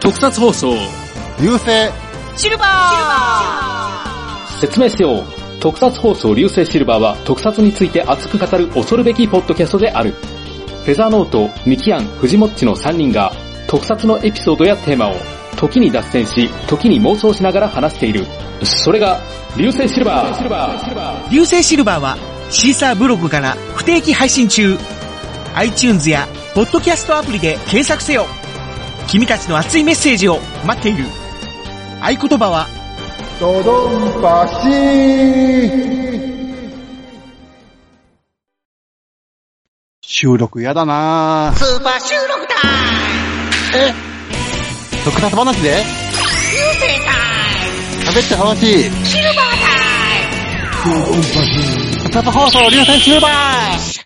特撮放送流星シルバー。説明しよう。特撮放送流星シルバーは特撮について熱く語る恐るべきポッドキャストである。フェザーノート、ミキアン、フジモッチの3人が特撮のエピソードやテーマを時に脱線し、時に妄想しながら話している。それが流星シルバー。 流星シルバーはシーサーブログから不定期配信中。iTunes やポッドキャストアプリで検索せよ。君たちの熱いメッセージを待っている。合言葉はドドンパシー。収録やだなぁ。 スーパー収録タイム。 特撮話で流星タイム。 喋って話シルバータイム。 特撮放送流星シルバー。